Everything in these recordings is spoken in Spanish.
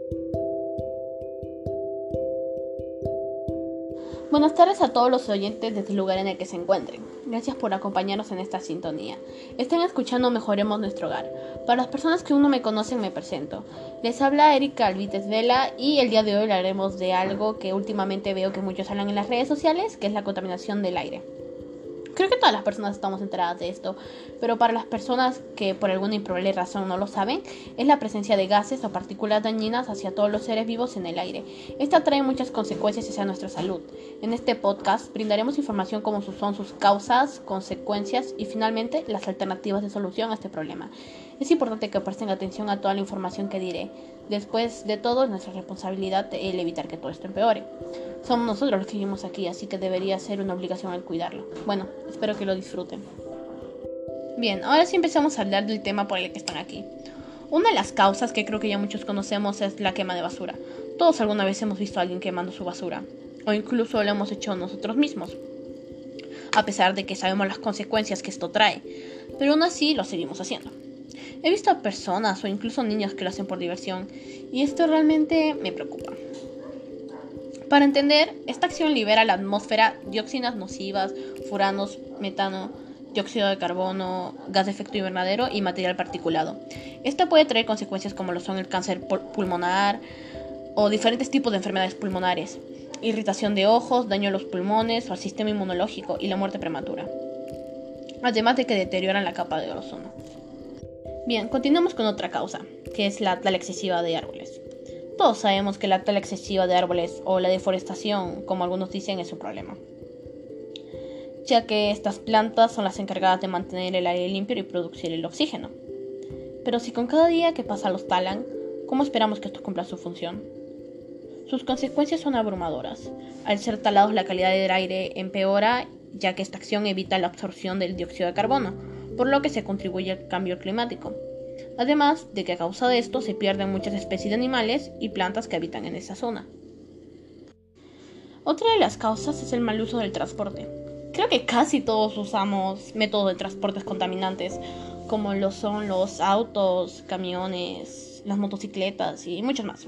Buenas tardes a todos los oyentes desde el lugar en el que se encuentren. Gracias por acompañarnos en esta sintonía. Estén escuchando Mejoremos Nuestro Hogar. Para las personas que aún no me conocen, me presento. Les habla Erika Alvites Vela y el día de hoy hablaremos de algo que últimamente veo que muchos hablan en las redes sociales, que es la contaminación del aire. Creo que todas las personas estamos enteradas de esto, pero para las personas que por alguna improbable razón no lo saben, es la presencia de gases o partículas dañinas hacia todos los seres vivos en el aire. Esta trae muchas consecuencias hacia nuestra salud. En este podcast brindaremos información como son sus causas, consecuencias y finalmente las alternativas de solución a este problema. Es importante que presten atención a toda la información que diré. Después de todo, es nuestra responsabilidad el evitar que todo esto empeore. Somos nosotros los que vivimos aquí, así que debería ser una obligación el cuidarlo. Bueno, espero que lo disfruten. Bien, ahora sí empezamos a hablar del tema por el que están aquí. Una de las causas que creo que ya muchos conocemos es la quema de basura. Todos alguna vez hemos visto a alguien quemando su basura, o incluso lo hemos hecho nosotros mismos, a pesar de que sabemos las consecuencias que esto trae, pero aún así lo seguimos haciendo. He visto a personas o incluso niños que lo hacen por diversión, y esto realmente me preocupa. Para entender, esta acción libera a la atmósfera dioxinas nocivas, furanos, metano, dióxido de carbono, gas de efecto invernadero y material particulado. Esto puede traer consecuencias como lo son el cáncer pulmonar o diferentes tipos de enfermedades pulmonares, irritación de ojos, daño a los pulmones o al sistema inmunológico y la muerte prematura, además de que deterioran la capa de ozono. Bien, continuamos con otra causa, que es la tala excesiva de árboles. Todos sabemos que la tala excesiva de árboles o la deforestación, como algunos dicen, es un problema, ya que estas plantas son las encargadas de mantener el aire limpio y producir el oxígeno. Pero si con cada día que pasa los talan, ¿cómo esperamos que esto cumpla su función? Sus consecuencias son abrumadoras. Al ser talados, la calidad del aire empeora, ya que esta acción evita la absorción del dióxido de carbono, por lo que se contribuye al cambio climático. Además de que a causa de esto se pierden muchas especies de animales y plantas que habitan en esa zona. Otra de las causas es el mal uso del transporte. Creo que casi todos usamos métodos de transportes contaminantes, como lo son los autos, camiones, las motocicletas y muchos más.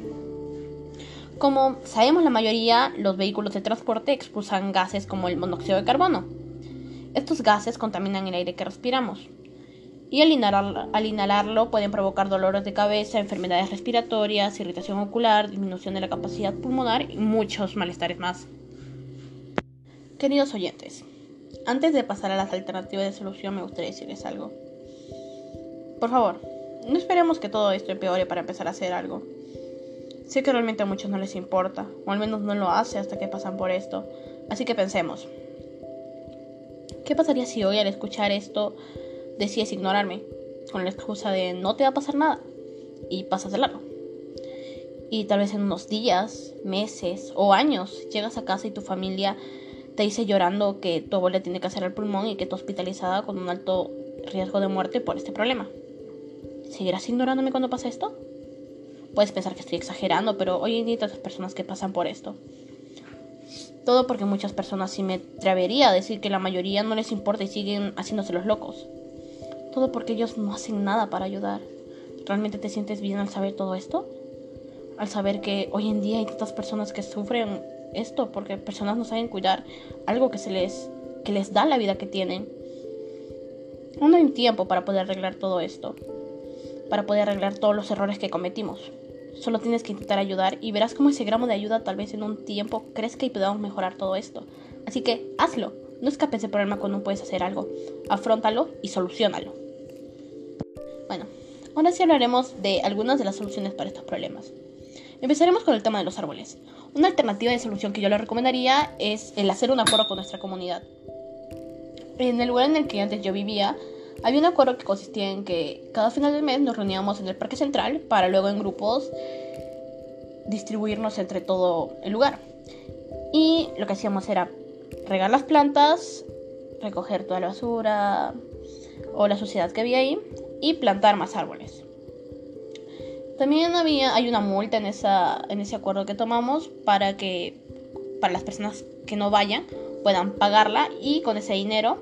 Como sabemos la mayoría, los vehículos de transporte expulsan gases como el monóxido de carbono. Estos gases contaminan el aire que respiramos. Y al inhalarlo pueden provocar dolores de cabeza, enfermedades respiratorias, irritación ocular, disminución de la capacidad pulmonar y muchos malestares más. Queridos oyentes, antes de pasar a las alternativas de solución me gustaría decirles algo. Por favor, no esperemos que todo esto empeore para empezar a hacer algo. Sé que realmente a muchos no les importa, o al menos no lo hace hasta que pasan por esto, así que pensemos. ¿Qué pasaría si hoy al escuchar esto decides ignorarme, con la excusa de no te va a pasar nada, y pasas de largo? Y tal vez en unos días, meses o años llegas a casa y tu familia te dice llorando que tu abuela tiene cáncer al pulmón y que está hospitalizada con un alto riesgo de muerte por este problema. ¿Seguirás ignorándome cuando pase esto? Puedes pensar que estoy exagerando, pero hoy en día hay tantas personas que pasan por esto. Todo porque muchas personas, sí me atrevería a decir que la mayoría no les importa y siguen haciéndose los locos. Todo porque ellos no hacen nada para ayudar. ¿Realmente te sientes bien al saber todo esto? Al saber que hoy en día hay tantas personas que sufren esto porque personas no saben cuidar algo que les da la vida que tienen. Aún no hay tiempo para poder arreglar todo esto, para poder arreglar todos los errores que cometimos. Solo tienes que intentar ayudar y verás cómo ese gramo de ayuda tal vez en un tiempo crezca y podamos mejorar todo esto. Así que hazlo. No escapes del problema cuando no puedes hacer algo. Afróntalo y soluciónalo. Bueno, ahora sí hablaremos de algunas de las soluciones para estos problemas. Empezaremos con el tema de los árboles. Una alternativa de solución que yo le recomendaría es el hacer un acuerdo con nuestra comunidad. En el lugar en el que antes yo vivía, había un acuerdo que consistía en que cada final del mes nos reuníamos en el parque central para luego en grupos distribuirnos entre todo el lugar. Y lo que hacíamos era regar las plantas, recoger toda la basura o la suciedad que había ahí y plantar más árboles. También hay una multa en ese acuerdo que tomamos para las personas que no vayan puedan pagarla y con ese dinero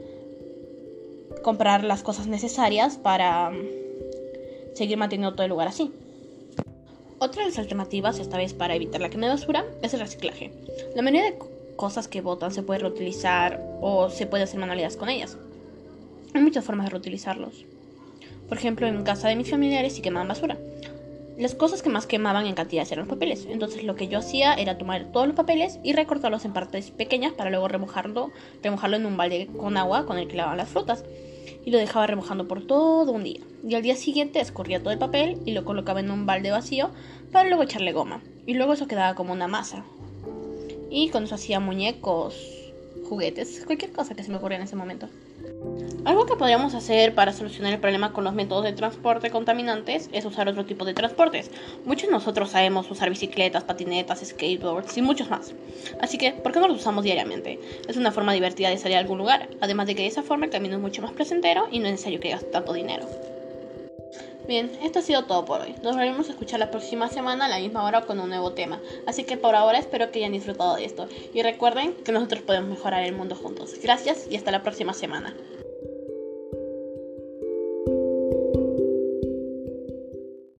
comprar las cosas necesarias para seguir manteniendo todo el lugar así. Otra de las alternativas, esta vez para evitar la quema de basura, es el reciclaje. La mayoría de cosas que botan se puede reutilizar o se puede hacer manualidades con ellas. Hay muchas formas de reutilizarlos. Por ejemplo, en casa de mis familiares sí quemaban basura. Las cosas que más quemaban en cantidades eran los papeles. Entonces lo que yo hacía era tomar todos los papeles y recortarlos en partes pequeñas para luego remojarlo en un balde con agua con el que lavaban las frutas. Y lo dejaba remojando por todo un día. Y al día siguiente escurría todo el papel y lo colocaba en un balde vacío para luego echarle goma. Y luego eso quedaba como una masa. Y con eso hacía muñecos, juguetes, cualquier cosa que se me ocurriera en ese momento. Algo que podríamos hacer para solucionar el problema con los métodos de transporte contaminantes es usar otro tipo de transportes. Muchos de nosotros sabemos usar bicicletas, patinetas, skateboards y muchos más. Así que, ¿por qué no los usamos diariamente? Es una forma divertida de salir a algún lugar, además de que de esa forma el camino es mucho más placentero y no es necesario que gastes tanto dinero. Bien, esto ha sido todo por hoy. Nos volvemos a escuchar la próxima semana a la misma hora con un nuevo tema. Así que por ahora espero que hayan disfrutado de esto. Y recuerden que nosotros podemos mejorar el mundo juntos. Gracias y hasta la próxima semana.